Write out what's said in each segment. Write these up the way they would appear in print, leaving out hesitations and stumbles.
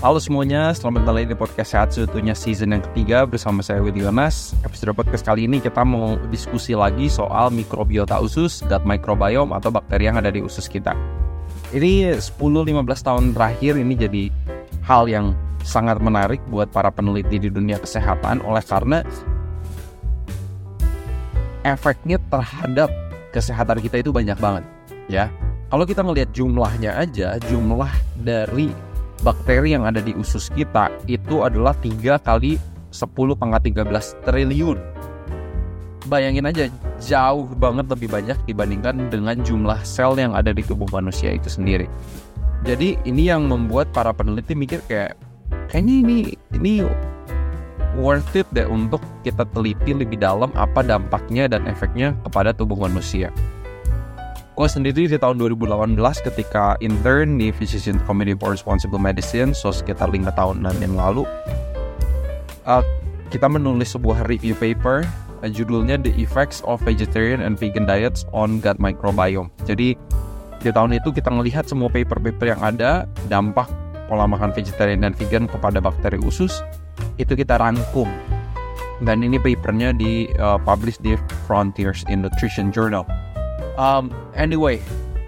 Halo semuanya, selamat datang lagi di podcast Sehat Seutuhnya season yang ketiga bersama saya Willy Yonas. Episode podcast kali ini kita mau diskusi lagi soal mikrobiota usus, gut microbiome atau bakteri yang ada di usus kita. Ini 10-15 tahun terakhir ini jadi hal yang sangat menarik buat para peneliti di dunia kesehatan oleh karena efeknya terhadap kesehatan kita itu banyak banget ya. Kalau kita ngelihat jumlahnya aja, jumlah dari bakteri yang ada di usus kita itu adalah 3 kali 10⁻13 triliun. Bayangin aja, jauh banget lebih banyak dibandingkan dengan jumlah sel yang ada di tubuh manusia itu sendiri. Jadi ini yang membuat para peneliti mikir kayaknya ini worth it deh untuk kita teliti lebih dalam apa dampaknya dan efeknya kepada tubuh manusia. Gue sendiri di tahun 2018 ketika intern di Physician Committee for Responsible Medicine, sekitar 5 tahunan yang lalu, kita menulis sebuah review paper, judulnya The Effects of Vegetarian and Vegan Diets on Gut Microbiome. Jadi di tahun itu kita melihat semua paper-paper yang ada, dampak pola makan vegetarian dan vegan kepada bakteri usus, itu kita rangkum. Dan ini papernya publish di Frontiers in Nutrition Journal. Anyway,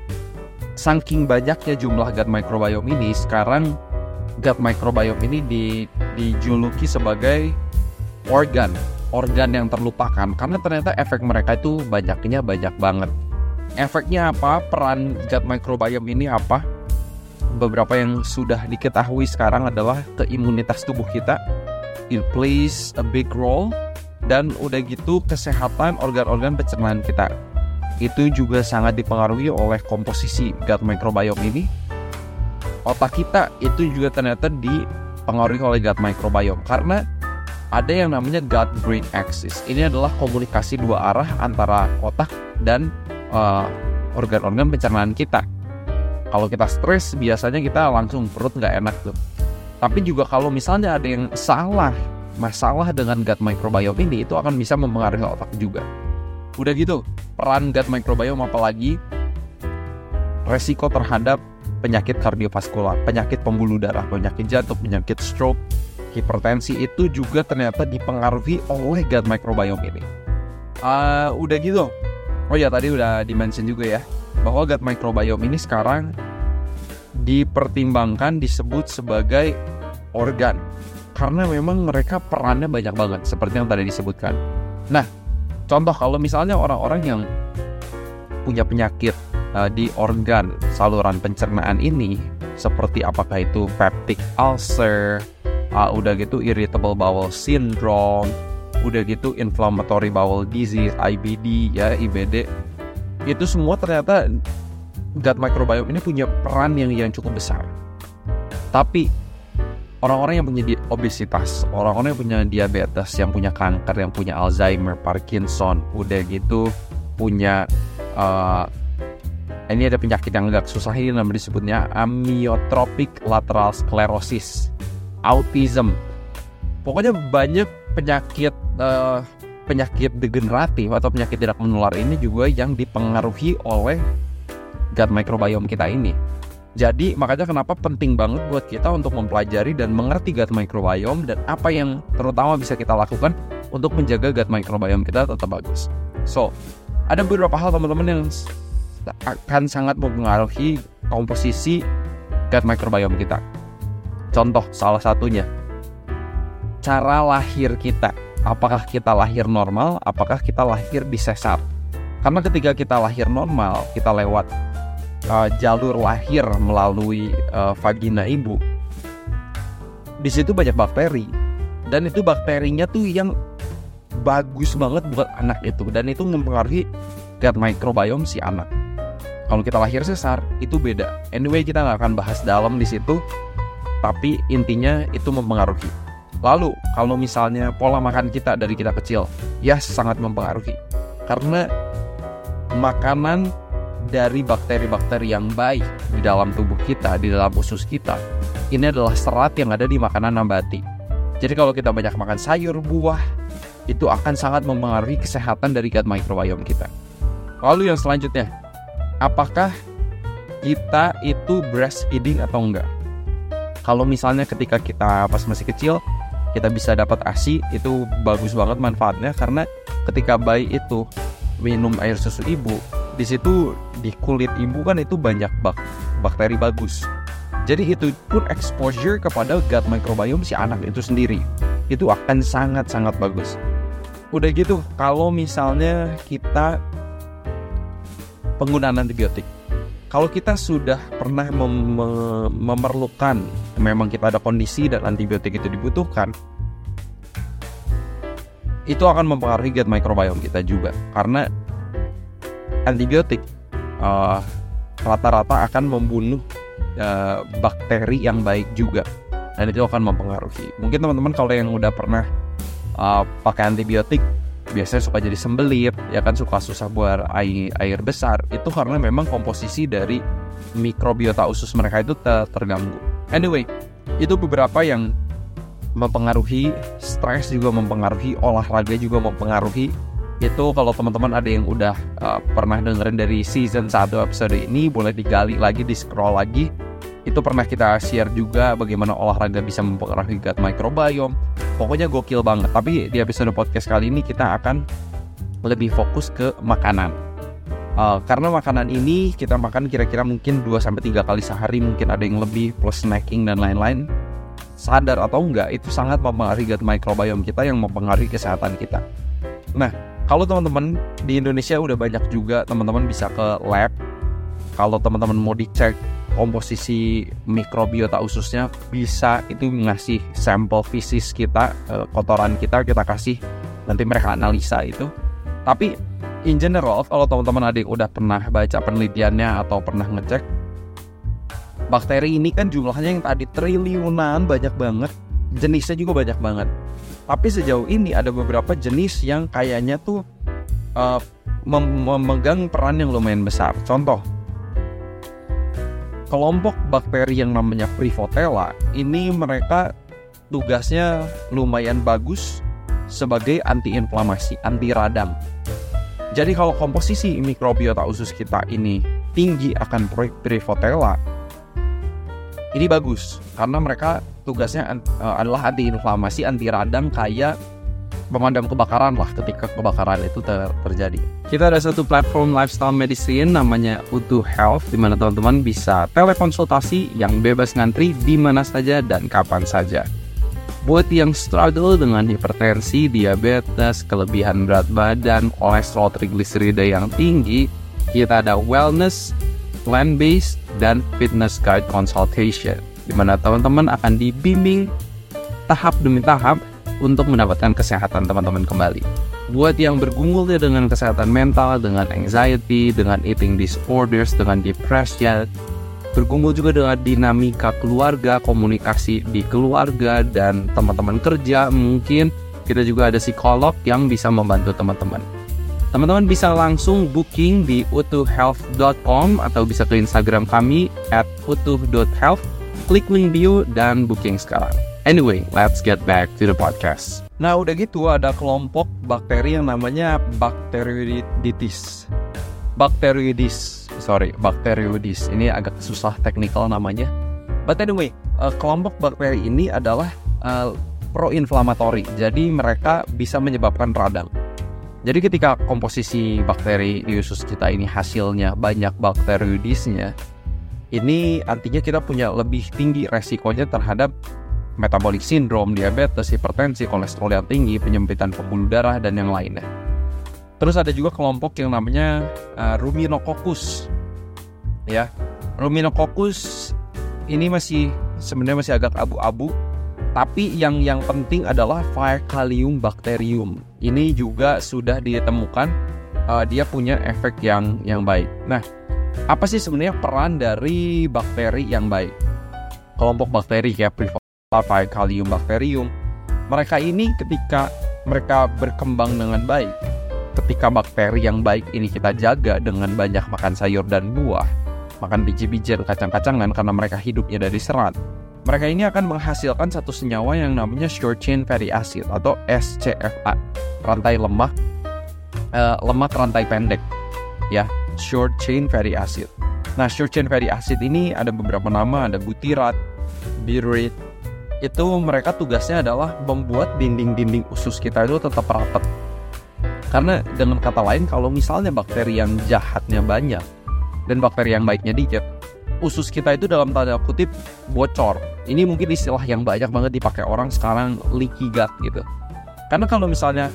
saking banyaknya jumlah gut microbiome ini, sekarang gut microbiome ini dijuluki sebagai organ yang terlupakan karena ternyata efek mereka itu banyak banget. Efeknya apa? Peran gut microbiome ini apa? Beberapa yang sudah diketahui sekarang adalah ke imunitas tubuh kita, it plays a big role, dan udah gitu kesehatan organ-organ pencernaan kita itu juga sangat dipengaruhi oleh komposisi gut microbiome ini. Otak kita itu juga ternyata dipengaruhi oleh gut microbiome karena ada yang namanya gut-brain axis. Ini adalah komunikasi dua arah antara otak dan organ-organ pencernaan kita. Kalau kita stres biasanya kita langsung perut nggak enak tuh. Tapi juga kalau misalnya ada yang masalah dengan gut microbiome ini, itu akan bisa mempengaruhi otak juga. Udah gitu, peran gut microbiome apalagi resiko terhadap penyakit kardiovaskular, penyakit pembuluh darah, penyakit jantung, penyakit stroke, hipertensi itu juga ternyata dipengaruhi oleh gut microbiome ini. Udah gitu, oh ya tadi udah di-mention juga ya, bahwa gut microbiome ini sekarang dipertimbangkan disebut sebagai organ karena memang mereka perannya banyak banget seperti yang tadi disebutkan. Nah, contoh kalau misalnya orang-orang yang punya penyakit di organ saluran pencernaan ini, seperti apakah itu peptic ulcer, udah gitu irritable bowel syndrome, udah gitu inflammatory bowel disease, IBD ya, IBD, itu semua ternyata gut microbiome ini punya peran yang cukup besar. Tapi orang-orang yang punya obesitas, orang-orang yang punya diabetes, yang punya kanker, yang punya Alzheimer, Parkinson, udah gitu punya ini ada penyakit yang agak susah ini namanya disebutnya amyotrophic lateral sclerosis, autism. Pokoknya banyak penyakit degeneratif atau penyakit tidak menular ini juga yang dipengaruhi oleh gut microbiome kita ini. Jadi makanya kenapa penting banget buat kita untuk mempelajari dan mengerti gut microbiome dan apa yang terutama bisa kita lakukan untuk menjaga gut microbiome kita tetap bagus. So, ada beberapa hal teman-teman yang akan sangat mempengaruhi komposisi gut microbiome kita. Contoh salah satunya, cara lahir kita. Apakah kita lahir normal? Apakah kita lahir disesar? Karena ketika kita lahir normal, kita lewat jalur lahir melalui vagina ibu, di situ banyak bakteri dan itu bakterinya tuh yang bagus banget buat anak itu, dan itu mempengaruhi gut microbiome si anak. Kalau kita lahir sesar itu beda. Anyway, kita nggak akan bahas dalam di situ, tapi intinya itu mempengaruhi. Lalu kalau misalnya pola makan kita dari kita kecil, ya sangat mempengaruhi karena makanan dari bakteri-bakteri yang baik di dalam tubuh kita, di dalam usus kita, ini adalah serat yang ada di makanan nabati. Jadi kalau kita banyak makan sayur, buah, itu akan sangat mempengaruhi kesehatan dari gut microbiome kita. Lalu yang selanjutnya, apakah kita itu breastfeeding atau enggak? Kalau misalnya ketika kita pas masih kecil kita bisa dapat ASI, itu bagus banget manfaatnya, karena ketika bayi itu minum air susu ibu, di situ di kulit ibu kan itu banyak bakteri bagus. Jadi itu pun exposure kepada gut microbiome si anak itu sendiri, itu akan sangat-sangat bagus. Udah gitu, kalau misalnya kita penggunaan antibiotik, kalau kita sudah pernah memerlukan, memang kita ada kondisi dan antibiotik itu dibutuhkan, itu akan mempengaruhi gut microbiome kita juga. Karena antibiotik rata-rata akan membunuh bakteri yang baik juga, dan itu akan mempengaruhi. Mungkin teman-teman kalau yang udah pernah pakai antibiotik biasanya suka jadi sembelit, ya kan, suka susah buat air besar. Itu karena memang komposisi dari mikrobiota usus mereka itu terganggu. Anyway, itu beberapa yang mempengaruhi. Stres juga mempengaruhi, olahraga juga mempengaruhi. Itu kalau teman-teman ada yang udah pernah dengerin dari season 1 episode ini, boleh digali lagi, di scroll lagi. Itu pernah kita share juga bagaimana olahraga bisa mempengaruhi gut microbiome. Pokoknya gokil banget. Tapi di episode podcast kali ini kita akan lebih fokus ke makanan. Karena makanan ini kita makan kira-kira mungkin 2-3 kali sehari, mungkin ada yang lebih, plus snacking dan lain-lain. Sadar atau enggak, itu sangat mempengaruhi gut microbiome kita, yang mempengaruhi kesehatan kita. Nah, kalau teman-teman di Indonesia udah banyak juga teman-teman bisa ke lab. Kalau teman-teman mau dicek komposisi mikrobiota ususnya, bisa itu ngasih sampel feces kita, kotoran kita kasih, nanti mereka analisa itu. Tapi in general, kalau teman-teman ada yang udah pernah baca penelitiannya atau pernah ngecek, bakteri ini kan jumlahnya yang tadi triliunan, banyak banget, jenisnya juga banyak banget. Tapi sejauh ini ada beberapa jenis yang kayaknya tuh memegang peran yang lumayan besar. Contoh, kelompok bakteri yang namanya Prevotella ini, mereka tugasnya lumayan bagus sebagai anti-inflamasi, anti radang. Jadi kalau komposisi mikrobiota usus kita ini tinggi akan Prevotella, ini bagus karena mereka tugasnya adalah anti-inflamasi, anti radang, kayak pemadam kebakaran lah ketika kebakaran itu terjadi. Kita ada satu platform lifestyle medicine namanya Utuh Health, di mana teman-teman bisa telekonsultasi yang bebas ngantri di mana saja dan kapan saja. Buat yang struggle dengan hipertensi, diabetes, kelebihan berat badan, kolesterol, trigliserida yang tinggi, kita ada wellness, plan-based, dan fitness guide consultation, di mana teman-teman akan dibimbing tahap demi tahap untuk mendapatkan kesehatan teman-teman kembali. Buat yang bergumul dengan kesehatan mental, dengan anxiety, dengan eating disorders, dengan depression, bergumul juga dengan dinamika keluarga, komunikasi di keluarga, dan teman-teman kerja, mungkin kita juga ada psikolog yang bisa membantu teman-teman. Teman-teman bisa langsung booking di utuhhealth.com atau bisa ke Instagram kami @utuh.health, klik link bio dan booking sekarang. Anyway, let's get back to the podcast. Nah, udah gitu ada kelompok bakteri yang namanya Bacteroides. Ini agak susah technical namanya. But anyway, kelompok bakteri ini adalah pro-inflammatory. Jadi mereka bisa menyebabkan radang. Jadi ketika komposisi bakteri di usus kita ini hasilnya banyak Bacteroidesnya, ini artinya kita punya lebih tinggi resikonya terhadap metabolic syndrome, diabetes, hipertensi, kolesterol yang tinggi, penyempitan pembuluh darah, dan yang lainnya. Terus ada juga kelompok yang namanya Ruminococcus. Ya, Ruminococcus ini sebenarnya masih agak abu-abu, tapi yang penting adalah Faecalium Ini juga sudah ditemukan dia punya efek yang baik. Nah, apa sih sebenarnya peran dari bakteri yang baik? Kelompok bakteri kayak Faecalium bacterium, mereka ini ketika mereka berkembang dengan baik, ketika bakteri yang baik ini kita jaga dengan banyak makan sayur dan buah, makan biji-bijian, kacang-kacangan, karena mereka hidupnya dari serat, mereka ini akan menghasilkan satu senyawa yang namanya short chain fatty acid atau SCFA, rantai lemak rantai pendek, ya, short chain fatty acid. Nah, short chain fatty acid ini ada beberapa nama, ada butirat, butyrate, itu mereka tugasnya adalah membuat dinding-dinding usus kita itu tetap rapat. Karena dengan kata lain, kalau misalnya bakteri yang jahatnya banyak dan bakteri yang baiknya dikit, usus kita itu dalam tanda kutip bocor. Ini mungkin istilah yang banyak banget dipakai orang sekarang, leaky gut gitu. Karena kalau misalnya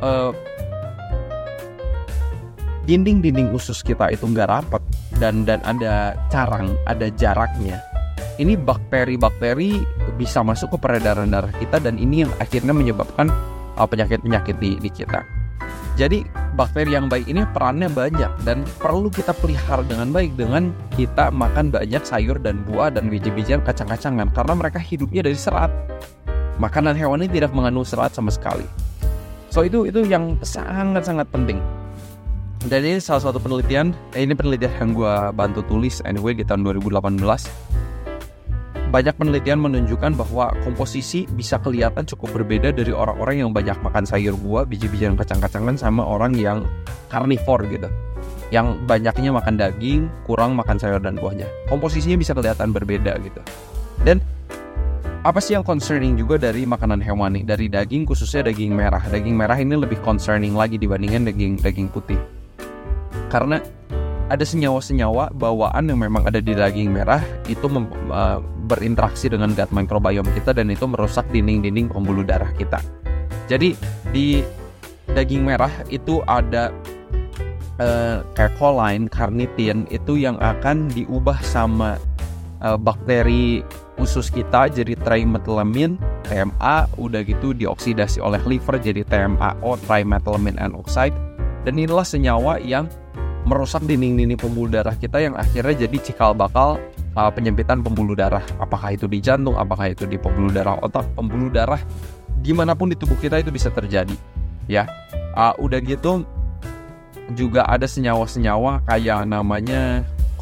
dinding-dinding usus kita itu nggak rapat dan ada carang, ada jaraknya, ini bakteri-bakteri bisa masuk ke peredaran darah kita, dan ini yang akhirnya menyebabkan penyakit-penyakit di kita. Jadi bakteri yang baik ini perannya banyak dan perlu kita pelihara dengan baik dengan kita makan banyak sayur dan buah dan biji-bijian, kacang-kacangan, karena mereka hidupnya dari serat. Makanan hewani tidak mengandung serat sama sekali. So itu yang sangat-sangat penting. Dan ini salah satu penelitian, ini penelitian yang gue bantu tulis anyway di tahun 2018. Banyak penelitian menunjukkan bahwa komposisi bisa kelihatan cukup berbeda dari orang-orang yang banyak makan sayur, buah, biji-bijian, kacang-kacangan sama orang yang karnivor gitu, yang banyaknya makan daging, kurang makan sayur dan buahnya. Komposisinya bisa kelihatan berbeda gitu. Dan apa sih yang concerning juga dari makanan hewani, dari daging, khususnya daging merah. Daging merah ini lebih concerning lagi dibandingkan daging putih, karena ada senyawa-senyawa bawaan yang memang ada di daging merah itu berinteraksi dengan gut microbiome kita, dan itu merusak dinding-dinding pembuluh darah kita. Jadi di daging merah itu ada kayak choline, carnitin, itu yang akan diubah sama bakteri usus kita jadi trimethylamine, TMA, udah gitu dioksidasi oleh liver jadi TMAO, trimethylamine N oxide, dan inilah senyawa yang merusak dinding-dinding pembuluh darah kita yang akhirnya jadi cikal bakal penyempitan pembuluh darah. Apakah itu di jantung, apakah itu di pembuluh darah otak, pembuluh darah dimanapun di tubuh kita itu bisa terjadi. Ya, udah gitu juga ada senyawa-senyawa kayak namanya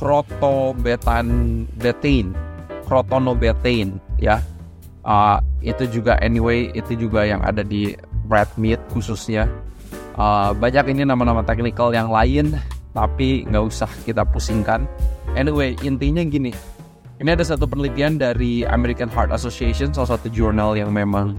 crotobetaine, ya. Itu juga anyway, itu juga yang ada di red meat khususnya. Banyak ini nama-nama teknikal yang lain, tapi nggak usah kita pusingkan. Anyway, intinya gini, ini ada satu penelitian dari American Heart Association, salah satu jurnal yang memang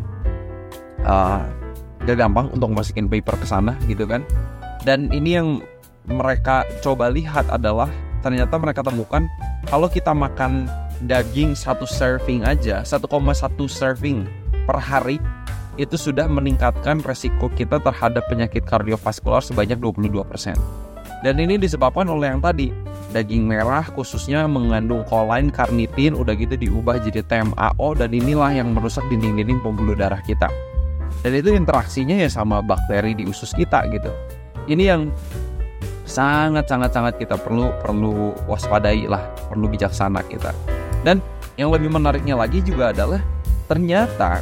gak gampang untuk masukin paper ke sana gitu kan. Dan ini yang mereka coba lihat adalah ternyata mereka temukan kalau kita makan daging 1 serving aja, 1,1 serving per hari, itu sudah meningkatkan resiko kita terhadap penyakit kardiovaskular sebanyak 22%. Dan ini disebabkan oleh yang tadi, daging merah khususnya mengandung choline, carnitin, udah gitu diubah jadi TMAO, dan inilah yang merusak dinding-dinding pembuluh darah kita. Dan itu interaksinya ya sama bakteri di usus kita gitu. Ini yang sangat-sangat kita perlu waspadai lah, perlu bijaksana kita. Dan yang lebih menariknya lagi juga adalah ternyata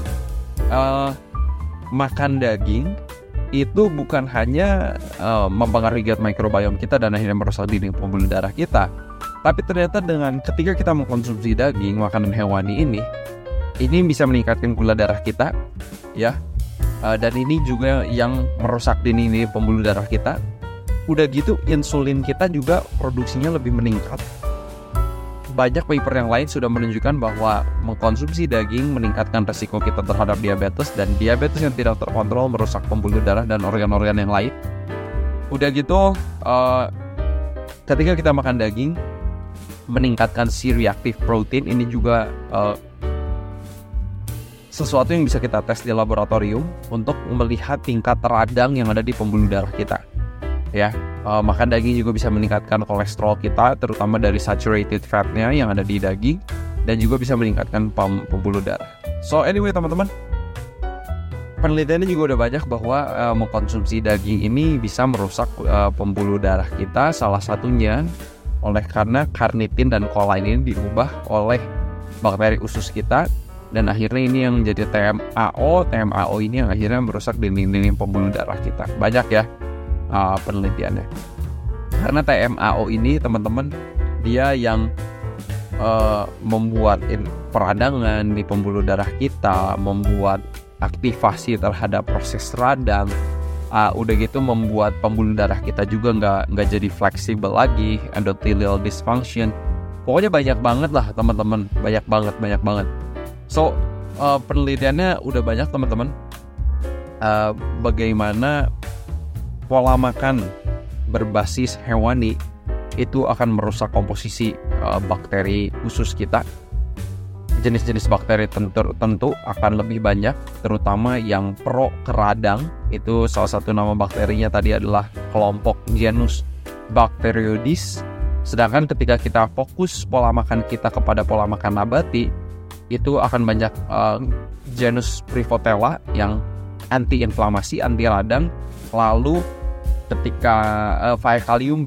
makan daging itu bukan hanya mempengaruhi gut microbiome kita dan akhirnya merusak dinding pembuluh darah kita, tapi ternyata dengan ketika kita mengkonsumsi daging, makanan hewani ini bisa meningkatkan gula darah kita, ya, dan ini juga yang merusak dinding pembuluh darah kita. Udah gitu insulin kita juga produksinya lebih meningkat. Banyak paper yang lain sudah menunjukkan bahwa mengkonsumsi daging meningkatkan resiko kita terhadap diabetes, dan diabetes yang tidak terkontrol merusak pembuluh darah dan organ-organ yang lain. Udah gitu, ketika kita makan daging, meningkatkan C-reactive protein, ini juga sesuatu yang bisa kita tes di laboratorium untuk melihat tingkat radang yang ada di pembuluh darah kita. Ya, makan daging juga bisa meningkatkan kolesterol kita, terutama dari saturated fatnya yang ada di daging, dan juga bisa meningkatkan pembuluh darah. So anyway teman-teman, penelitiannya juga udah banyak bahwa mengkonsumsi daging ini bisa merusak pembuluh darah kita. Salah satunya karena carnitin dan choline ini diubah oleh bakteri usus kita, dan akhirnya ini yang menjadi TMAO ini yang akhirnya merusak dinding-dinding pembuluh darah kita. Banyak ya penelitiannya. Karena TMAO ini teman-teman, dia yang membuat peradangan di pembuluh darah kita, membuat aktivasi terhadap proses radang, udah gitu membuat pembuluh darah kita juga nggak jadi fleksibel lagi, endothelial dysfunction, Pokoknya banyak banget lah teman-teman, banyak banget. So penelitiannya udah banyak teman-teman, bagaimana pola makan berbasis hewani itu akan merusak komposisi bakteri usus kita. Jenis-jenis bakteri tentu akan lebih banyak, terutama yang pro ke radang. Itu salah satu nama bakterinya tadi adalah kelompok genus Bacteroides. Sedangkan ketika kita fokus pola makan kita kepada pola makan nabati, itu akan banyak genus Prevotella yang anti-inflamasi, anti radang. Lalu ketika Faecalium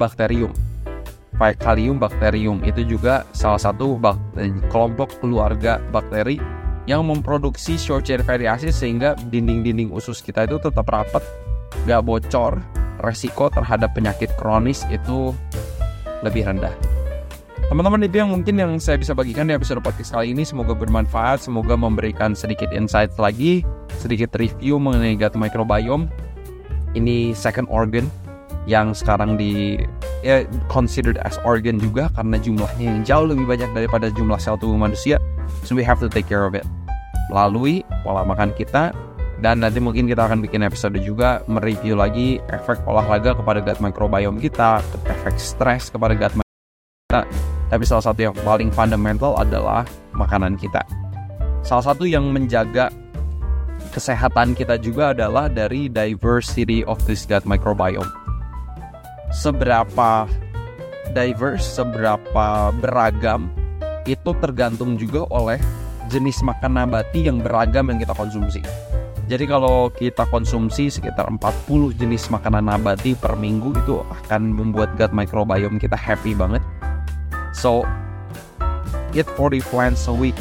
bacterium itu juga salah satu kelompok keluarga bakteri yang memproduksi short chain fatty acid, sehingga dinding-dinding usus kita itu tetap rapat, gak bocor. Resiko terhadap penyakit kronis itu lebih rendah. Teman-teman, itu yang mungkin yang saya bisa bagikan di episode podcast kali ini. Semoga bermanfaat, semoga memberikan sedikit insight lagi, sedikit review mengenai gut microbiome. Ini second organ yang sekarang considered as organ juga, karena jumlahnya yang jauh lebih banyak daripada jumlah sel tubuh manusia. So we have to take care of it melalui pola makan kita. Dan nanti mungkin kita akan bikin episode juga mereview lagi efek olahraga kepada gut microbiome kita, efek stres kepada gut microbiome kita. Tapi salah satu yang paling fundamental adalah makanan kita. Salah satu yang menjaga kesehatan kita juga adalah dari diversity of this gut microbiome. Seberapa diverse, seberapa beragam, itu tergantung juga oleh jenis makan nabati yang beragam yang kita konsumsi. Jadi kalau kita konsumsi sekitar 40 jenis makanan nabati per minggu, itu akan membuat gut microbiome kita happy banget. So, eat 40 plants a week.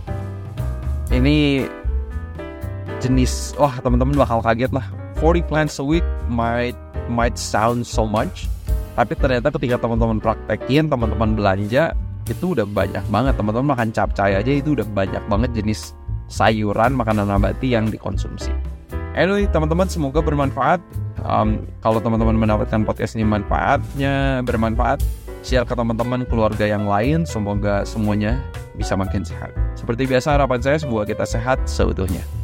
Ini jenis, teman-teman bakal kaget lah. 40 plants a week might sound so much, tapi ternyata ketika teman-teman praktekin, teman-teman belanja, itu udah banyak banget. Teman-teman makan capcay aja itu udah banyak banget jenis sayuran, makanan nabati yang dikonsumsi. Anyway, teman-teman, semoga bermanfaat. Kalau teman-teman mendapatkan podcast ini bermanfaat, share ke teman-teman, keluarga yang lain. Semoga semuanya bisa makin sehat. Seperti biasa, harapan saya semoga kita sehat seutuhnya.